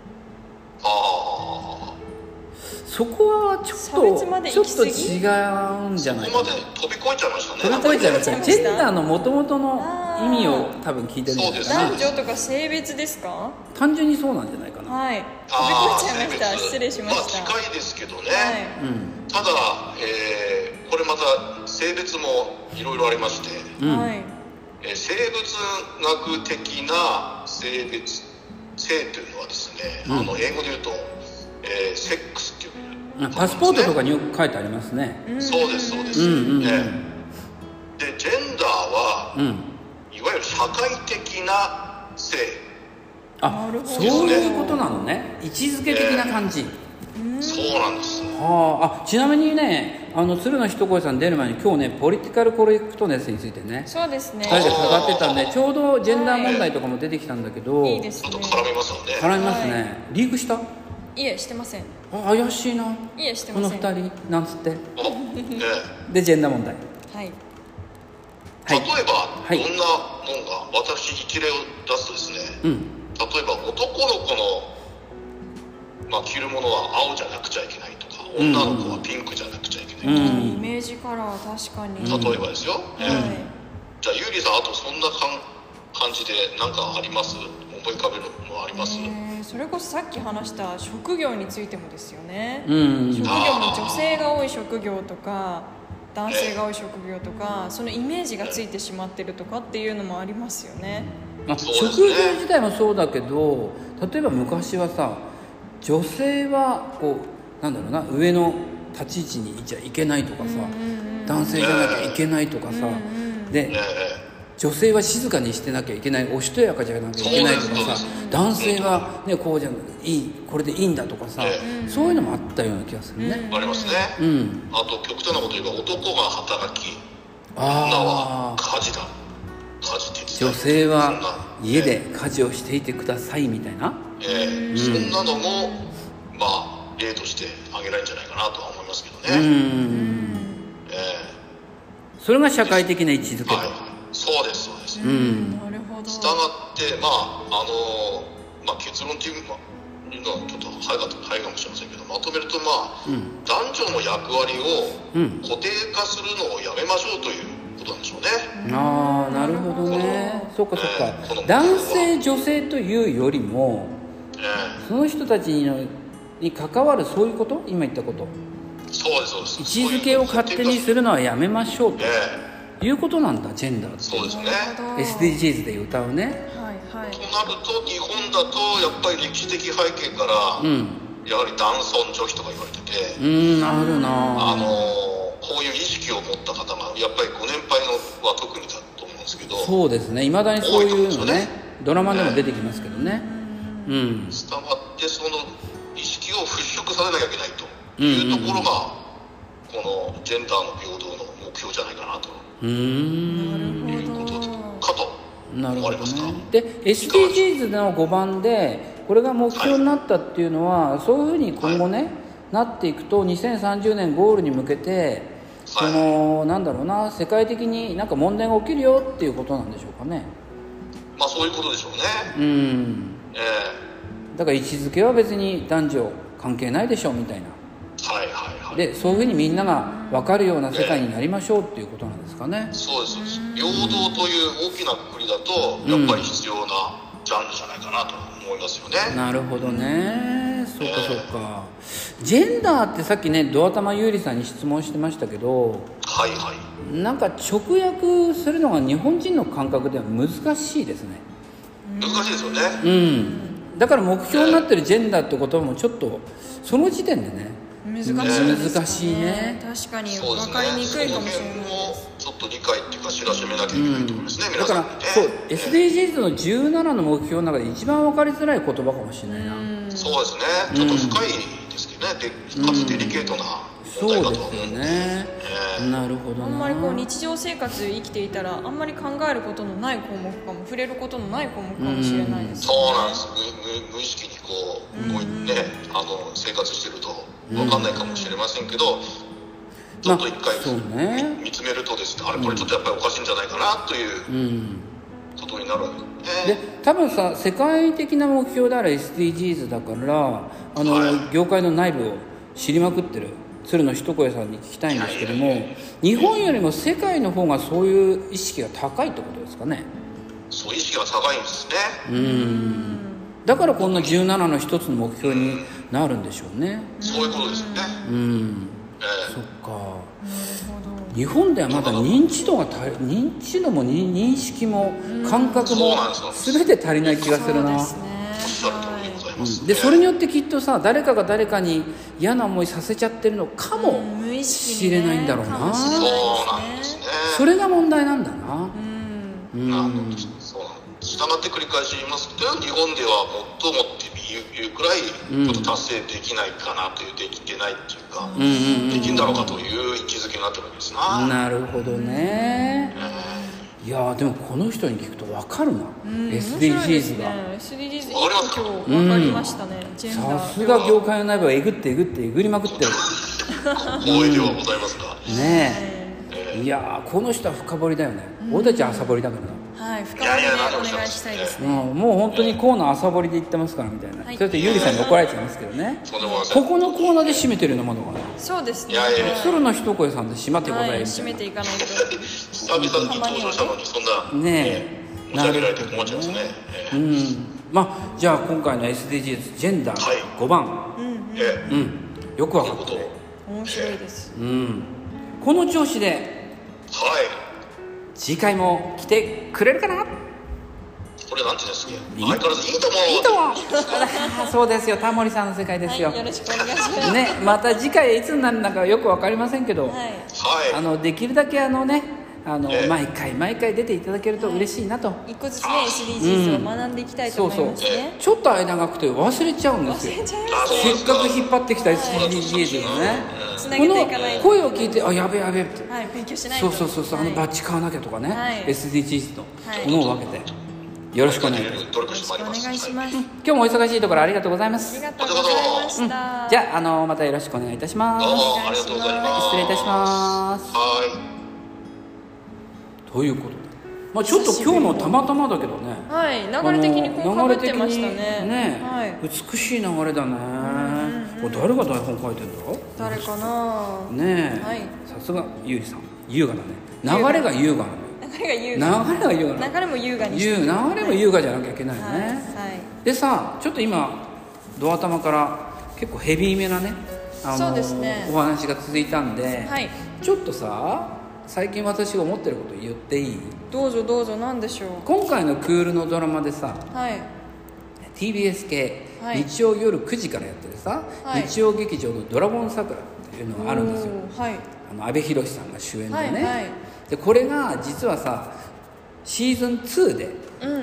そこはちょっと違うんじゃないかな。 そこまで飛び越えちゃいましたね。 飛び越えちゃいました。ジェンダーの元々の意味を多分聞いてるんじゃないかな。 男女とか性別ですか。 単純にそうなんじゃないかな。 はい。飛び越えちゃいました。失礼しました。 近いですけどね。ただ、これまた性別もいろいろありまして、生物学的な性別性というのはですね、英語で言うと、セックスっていう、 パスポートとかによく書いてありますね。 そうですでジェンダーは、いわゆる社会的な性。 そういうことなのね。位置づけ的な感じ。 そうなんです。 ちなみにね、鶴の一声さん出る前に今日ねポリティカルコレクトネスについてね、 そうですね、 2人で語ってたんで、ちょうどジェンダー問題とかも出てきたんだけど、 いいですね、 ちょっと絡みますよね。 絡みますね。リークした？ いえ、してません。 怪しいな。 いえ、してません。 この2人なんつってでジェンダー問題、 例えば、どんなのが、私一例を出すとですね、例えば男の子の着るものは青じゃなくちゃいけないとか、女の子はピンクじゃなくちゃいけないとか、 イメージカラー、確かに。 例えばですよ、じゃあゆうりさん、あとそんな感じで何かあります？思い浮かべるのはあります？ それこそさっき話した職業についてもですよね。職業も女性が多い職業とか男性が多い職業とか、そのイメージがついてしまってるとかっていうのもありますよね。 職業自体もそうだけど、例えば昔はさ、女性はこうなんだろうな、上の立ち位置にいちゃいけないとかさ、男性じゃなきゃいけないとかさ、で女性は静かにしてなきゃいけない、おしとやかじゃなきゃいけないとかさ、男性はねこうじゃいい、これでいいんだとかさ、そういうのもあったような気がするね。 ありますね。あと極端なこと言えば、男が働き、女は家事だ、家事手伝い、 女性は家で家事をしていてくださいみたいな、 そんなのも例として挙げられるんじゃないかなとは思いますけどね。 それが社会的な位置づけと。 そうです、そうです。 なるほど。 したがって結論っていうのはちょっと早いかもしれませんけど、まとめると男女の役割を固定化するのをやめましょうということなんでしょうね。 なるほどね。そっかそっか。男性女性というよりも、その人たちに関わるそういうこと、今言ったこと、 そうですそうです。 位置づけを勝手にするのはやめましょうということなんだ、ジェンダーって。 そうですね。 SDGs で歌うね。 となると日本だとやっぱり歴史的背景から、やはり男尊女卑とか言われてて、 あるな。 こういう意識を持った方がやっぱりご年配のは特にだと思うんですけど、 そうですね、いまだにそういうのね、 ドラマでも出てきますけどね。 伝わってその意識を払拭させなきゃいけないというところが、このジェンダーの平等の目標じゃないかなということかと思われますか。 で SDGs の5番でこれが目標になったっていうのは、そういうふうに今後ね、なっていくと2030年ゴールに向けてそのなんだろうな、世界的になんか問題が起きるよっていうことなんでしょうかね。 まあそういうことでしょうね。 だから位置づけは別に男女関係ないでしょうみたいな。でそういうふうにみんなが分かるような世界になりましょうっていうことなんですかね。 そうです。平等という大きな括りだとやっぱり必要なジャンルじゃないかなと思いますよね。 なるほどね。そうかそうか。ジェンダーってさっきねドア玉優里さんに質問してましたけど、なんか直訳するのが日本人の感覚では難しいですね。 難しいですよね。 だから目標になってるジェンダーって言葉もちょっとその時点でね難しいね。確かに分かりにくいかもしれないです。 ちょっと理解っていうか知らしめなきゃいけないと思いますね、皆さんにね。 だからそう SDGs の17の目標の中で一番分かりづらい言葉かもしれないな。 そうですね。ちょっと深いですけどね。かつデリケートな問題だと思うんですね。 なるほどな。 あんまりこう日常生活で生きていたらあんまり考えることのない項目かも、触れることのない項目かもしれないですね。 そうなんです。無意識にこうね、生活してると分かんないかもしれませんけど、ちょっと一回見つめるとですね、これちょっとやっぱりおかしいんじゃないかなということになるわけで、多分さ世界的な目標である SDGs だから業界の内部を知りまくってる鶴野一声さんに聞きたいんですけども、日本よりも世界の方がそういう意識が高いってことですかね。 そういう意識が高いんですね。 だからこんな17の一つの目標になるんでしょうね。 そういうことですよね。 そっか。日本ではまだ認知度も認識も感覚も全て足りない気がするな。でそれによってきっとさ誰かが誰かに嫌な思いさせちゃってるのかもしれないんだろうな。 そうなんですね。 それが問題なんだな。 従って繰り返し言いますけど、日本では最もっていうくらいちょっと達成できないかなという、できてないっていうか、できるんだろうかという位置づけになってるわけですな。 なるほどね。いやでもこの人に聞くと分かるな、SDGs が。 SDGs 一個今日分かりましたね。 さすが業界の内部はえぐってりまくってる。 光栄ではございますがねえ。いやこの人は深掘りだよね。俺たちは浅掘りだからな。 はい、深掘りでお願いしたいですね。 もう本当にコーナー浅掘りで言ってますからみたいな。それとゆりさんに怒られちゃいますけどね。ここのコーナーで締めてるようなものがそうですね。 鶴の一声さんで締まってくださいみたいな。 締めていかないと。 久々に登場したのにそんなね持ち上げられて困っちゃうんですね。 まあじゃあ今回の SDGs ジェンダー5番、よくわかったね。 面白いです。 この調子で次回も来てくれるかな。 これなんていうんですか。相変わらずいいと思う。 そうですよ。タモリさんの世界ですよ。 よろしくお願いします。 ね、また次回いつになるのかよくわかりませんけど、できるだけ毎回出ていただけると嬉しいなと。 一個ずつね SDGs を学んでいきたいと思いますね。 ちょっと間が空くと忘れちゃうんですよ。せっかく引っ張ってきた SDGs をね。この声を聞いてやべえって、 勉強しないと。 そうバッジ買わなきゃとかね、SDGs と思うわけで、よろしくお願いします。今日もお忙しいところありがとうございます。 ありがとうございました。 じゃあまたよろしくお願いいたします。 ありがとうございます。 失礼いたします。ということで、ちょっと今日のたまたまだけどね、 流れ的にこうかぶってましたね。 美しい流れだね。これ誰が台本書いてんだろう。 誰かなねえ、さすがゆりさん、優雅だね。流れが優雅なの。流れも優雅にして流れも優雅じゃなきゃいけないよね。でさ、ちょっと今ドア玉から結構ヘビーめなね、お話が続いたんで、ちょっとさ最近私が思ってること言っていい？ どうぞ。何でしょう。 今回のクールのドラマでさ、TBS 系、日曜夜9時からやってるさ、日曜劇場のドラゴン桜っていうのがあるんですよ。阿部寛さんが主演でね。でこれが実はさシーズン2で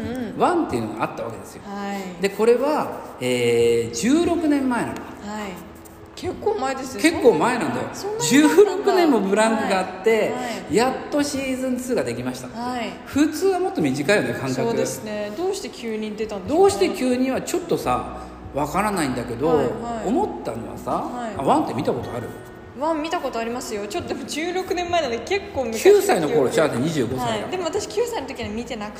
1っていうのがあったわけですよ、 はい、 でこれは、16年前なの、 はい、結構前ですよ。 結構前なんだよ。16年もブランクがあって、はいはい、やっとシーズン2ができました、はい、普通はもっと短いよね、間隔。 そうですね。どうして急に出たんですかね。 どうして急にはちょっとさわからないんだけど、はいはい、思ったのはさ、はい、ワンって見たことある？ ワン見たことありますよ。ちょっと16年前なので結構昔。 9歳の頃じゃあね、25歳だ、 はい、でも私9歳の時には見てなくて、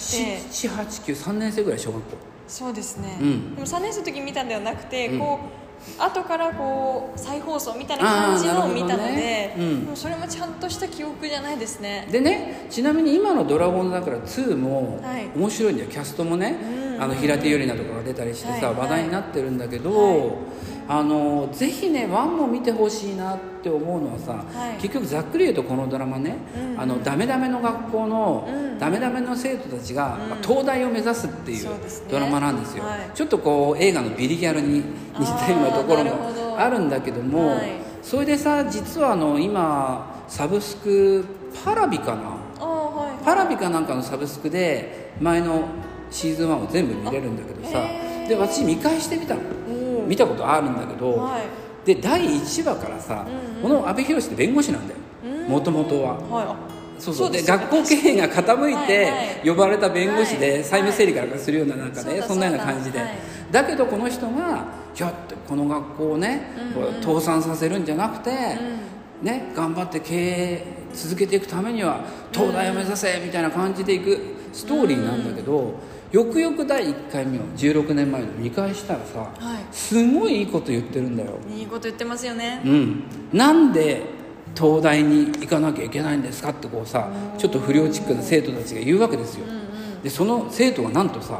7、8、9、3年生ぐらい小学校。 そうですね、でも3年生の時に見たんではなくて、こう後からこう再放送みたいな感じのを見たので、でもそれもちゃんとした記憶じゃないですね。 でね、ちなみに今のドラゴン桜2も面白いんだよ、キャストもね、平手友梨奈とかが出たりしてさ、話題になってるんだけど、ぜひね1も見てほしいなって思うのはさ、結局ざっくり言うとこのドラマね、ダメダメの学校のダメダメの生徒たちが、東大を目指すっていうドラマなんですよ、ちょっとこう映画のビリギャルに似たようなところもあるんだけども、それでさ、実は今サブスクパラビかな、パラビかなんかのサブスクで前のシーズン1を全部見れるんだけどさ、で私見返してみたの、見たことあるんだけど、で第1話からさ、この阿部寛って弁護士なんだよ、もともとは、そうそう、で学校経営が傾いて呼ばれた弁護士で、債務整理からするような、なんかね、そんなような感じで、だけどこの人がひょってこの学校をね、倒産させるんじゃなくて、ね、頑張って経営続けていくためには東大を目指せみたいな感じでいくストーリーなんだけど、よくよく第1回目を16年前の見返したらさ、すごいいいこと言ってるんだよ。 いいこと言ってますよね。 なんで東大に行かなきゃいけないんですかってこうさ、ちょっと不良チックな生徒たちが言うわけですよ。でその生徒がなんとさ、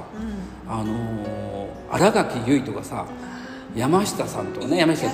新垣結衣とかさ、山下さんとかね、山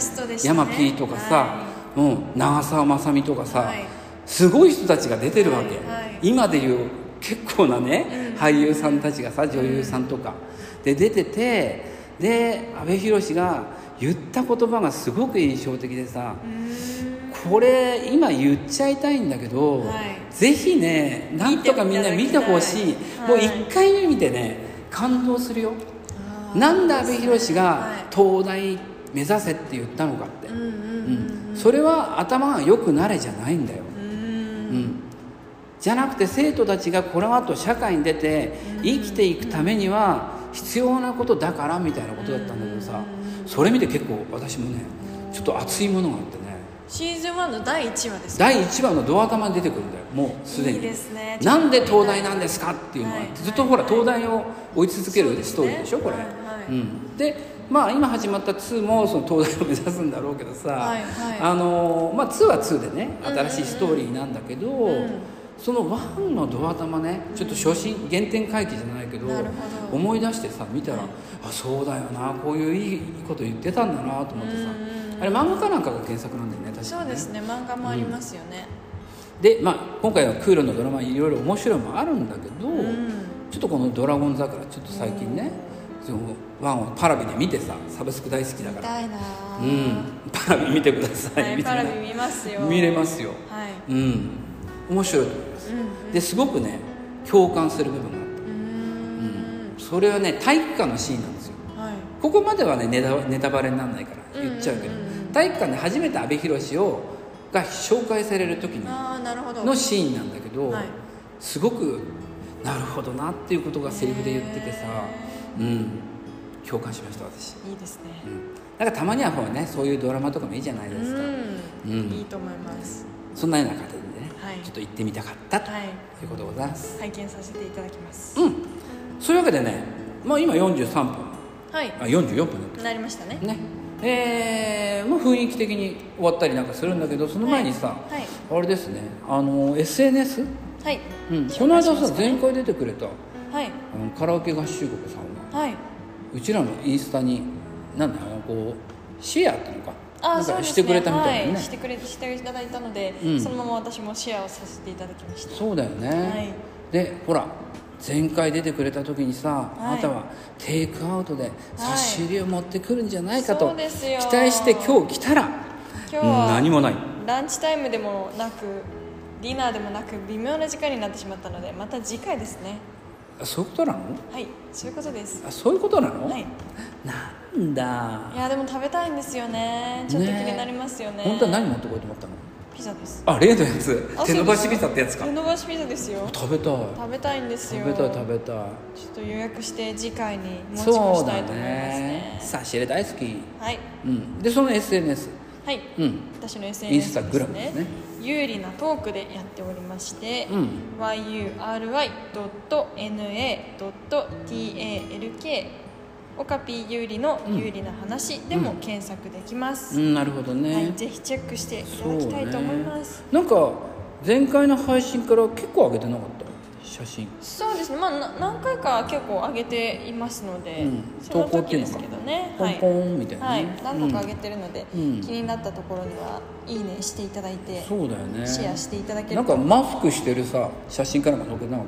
Pとかさ、長澤まさみとかさ、すごい人たちが出てるわけ、今でいう結構なね、俳優さんたちがさ、女優さんとかで出てて、で阿部寛が言った言葉がすごく印象的でさ、これ今言っちゃいたいんだけど、ぜひね、なんとかみんな見てほしい。もう1回目見てね、感動するよ。なんで阿部寛が東大目指せって言ったのかって、それは頭が良くなれじゃないんだよ、じゃなくて生徒たちがこの後社会に出て生きていくためには必要なことだからみたいなことだったんだけどさ、それ見て結構私もね、ちょっと熱いものがあってね。 シーズン1の第1話ですか？ 第1話のドア玉に出てくるんだよ、もうすでに。いいですね。なんで東大なんですかっていうのは、ずっとほら東大を追い続けるストーリーでしょ、これ。で今始まった2もその東大を目指すんだろうけどさ、2は2でね、新しいストーリーなんだけど、その1のドア玉ね、ちょっと初心原点回帰じゃないけど、思い出してさ見たら、そうだよな、こういういいこと言ってたんだなと思ってさ、あれ漫画かなんかが原作なんだよね、確かにね。 そうですね、漫画もありますよね。 で今回はクールのドラマいろいろ面白いもあるんだけど、ちょっとこのドラゴン桜ちょっと最近ね、そのワンをパラビで見てさ、サブスク大好きだから、 見たいな、 パラビ見てください、 パラビ見ますよ。 見れますよ、面白いと思います、ですごくね共感する部分があった、それはね体育館のシーンなんですよ、ここまではねネタバレにならないから言っちゃうけど、体育館で初めて阿部寛が紹介される時のシーンなんだけど、すごくなるほどなっていうことがセリフで言っててさ、共感しました私。 いいですね、 だからたまにはほらね、そういうドラマとかもいいじゃないですか、 いいと思います。 そんなような形でね、ちょっと行ってみたかったということでございます。 拝見させていただきます。 そういうわけでね、今43分、44分になりましたね。 雰囲気的に終わったりなんかするんだけど、その前にさ、あれですね、SNS、この間さ、前回出てくれた、カラオケ合衆国さんは、うちらのインスタになんだこうシェアっていうのか、なんかしてくれたみたいなね、 していただいたので、そのまま私もシェアをさせていただきました。 そうだよね、でほら前回出てくれた時にさ、あなたはテイクアウトで差し入れを持ってくるんじゃないかと期待して今日来たら、何もない。 ランチタイムでもなく、 ディナーでもなく微妙な時間になってしまったので、また次回ですね。 そういうことなの？ はい、そういうことです。 そういうことなの？ はい。 なんだ。 いやでも食べたいんですよね。ちょっと気になりますよね。 本当は何持ってこようと思ったの？ ピザです。 例のやつ。手伸ばしピザってやつか。 手伸ばしピザですよ。 食べたいんですよ。食べたい。 ちょっと予約して次回に持ち越したいと思いますね。 差し入れ大好き。 はい。 でその SNS。 はい。私の SNS ですね。 インスタグラムですね。 有利なトークでやっておりまして、yuri.na.talk オカピー有利の有利な話でも検索できます。 なるほどね。 はい、ぜひチェックしていただきたいと思います。 なんか前回の配信から結構上げてなかった？写真。 そうですね、何回か結構上げていますので、 投稿っていうのかポンポンみたいな、 はい、何個か上げてるので、気になったところにはいいねしていただいて、 そうだよね、 シェアしていただけると。なんかマスクしてるさ写真からも載っけてなかった？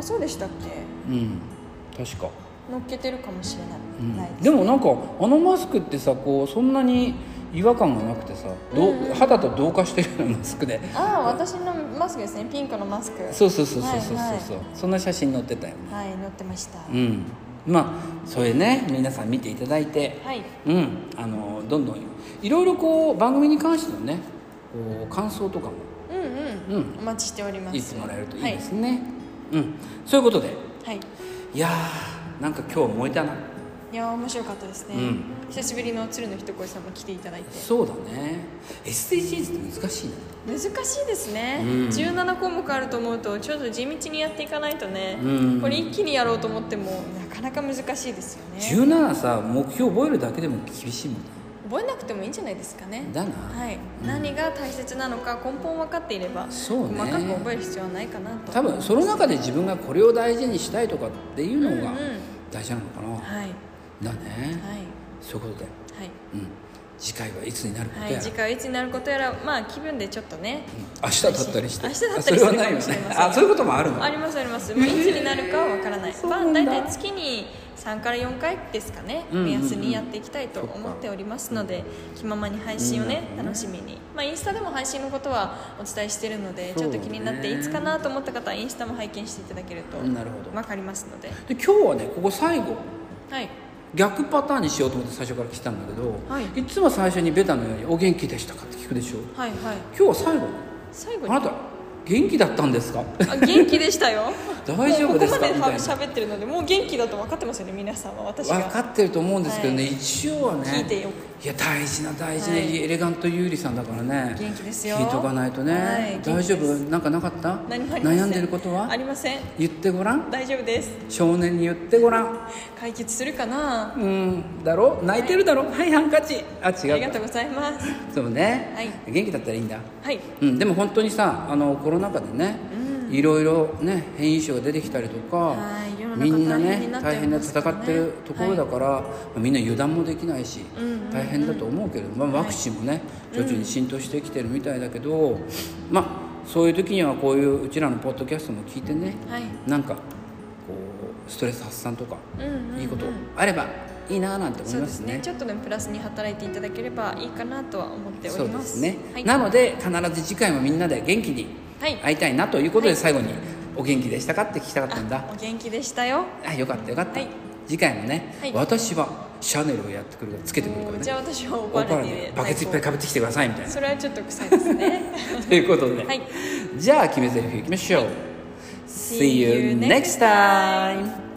そうでしたっけ？確か載っけてるかもしれないです、 でもなんかあのマスクってさ、こうそんなに違和感がなくてさ、肌と同化してるようなマスクで、 私のマスクですね、ピンクのマスク。 そう、そんな写真載ってたよね。 はい、載ってました。 それね、皆さん見ていただいて、どんどんいろいろこう番組に関してのね、こう感想とかもお待ちしております。 言ってもらえるといいですね。そういうことで、いやー、なんか今日燃えたな。 いや面白かったですね、久しぶりの鶴の一声さんも来ていただいて。 そうだね、 SDGs って難しいね。 難しいですね、17項目あると思うとちょっと地道にやっていかないとね、これ一気にやろうと思ってもなかなか難しいですよね。 17さ、目標覚えるだけでも厳しいもんね。 覚えなくてもいいんじゃないですかね。 だな、 何が大切なのか根本分かっていれば、細かく覚える必要はないかなと。 多分その中で自分がこれを大事にしたいとかっていうのが大事なのかな。だね、そういうことで、次回はいつになることやら、 次回はいつになることやら、気分でちょっとね、 明日だったりして、 明日だったりするかもしれません。 そういうこともあるの？ ありますあります。いつになるかはわからない。大体月に3から4回ですかね、目安にやっていきたいと思っておりますので、気ままに配信をね、楽しみに、インスタでも配信のことはお伝えしているので、ちょっと気になっていつかなと思った方はインスタも拝見していただけると分かりますので。 で今日はね、ここ最後、逆パターンにしようと思って最初から来たんだけど、いつも最初にベタのように「お元気でしたか?」って聞くでしょ。今日は最後にあなた元気だったんですか？ 元気でしたよ。 大丈夫ですか？ ここまで喋ってるので、もう元気だと分かってますよね、皆さんは。私が分かってると思うんですけどね、一応はね、 聞いてよ。 いや、大事なエレガント優里さんだからね、 元気ですよ。 聞いとかないとね。大丈夫？なんかなかった？ 何もありません。 悩んでることはありません。 言ってごらん。 大丈夫です。 少年に言ってごらん。 解決するかな。 だろ？泣いてるだろ？ハンカチ。違う。 ありがとうございます。 そうね、元気だったらいいんだ。でも本当にさ、コロナ禍でね、いろいろね、変異種が出てきたりとか、みんなね大変な戦ってるところだから、みんな油断もできないし、大変だと思うけれども、ワクチンもね徐々に浸透してきてるみたいだけど、そういう時にはこういううちらのポッドキャストも聞いてね、なんかこうストレス発散とか、いいことあればいいななんて思いますね。 ちょっとでもプラスに働いていただければいいかなとは思っております。 そうですね、なので必ず次回もみんなで元気に会いたいなということで、最後にお元気でしたかって聞きたかったんだ。 お元気でしたよ。 よかったよかった、次回もね、私はシャネルをやってくるからつけてくるからね。 じゃあ私はオパレでバケツいっぱいかぶってきてくださいみたいな。 それはちょっと臭いですね。 ということで、じゃあ決め台詞いきましょう。See you next time!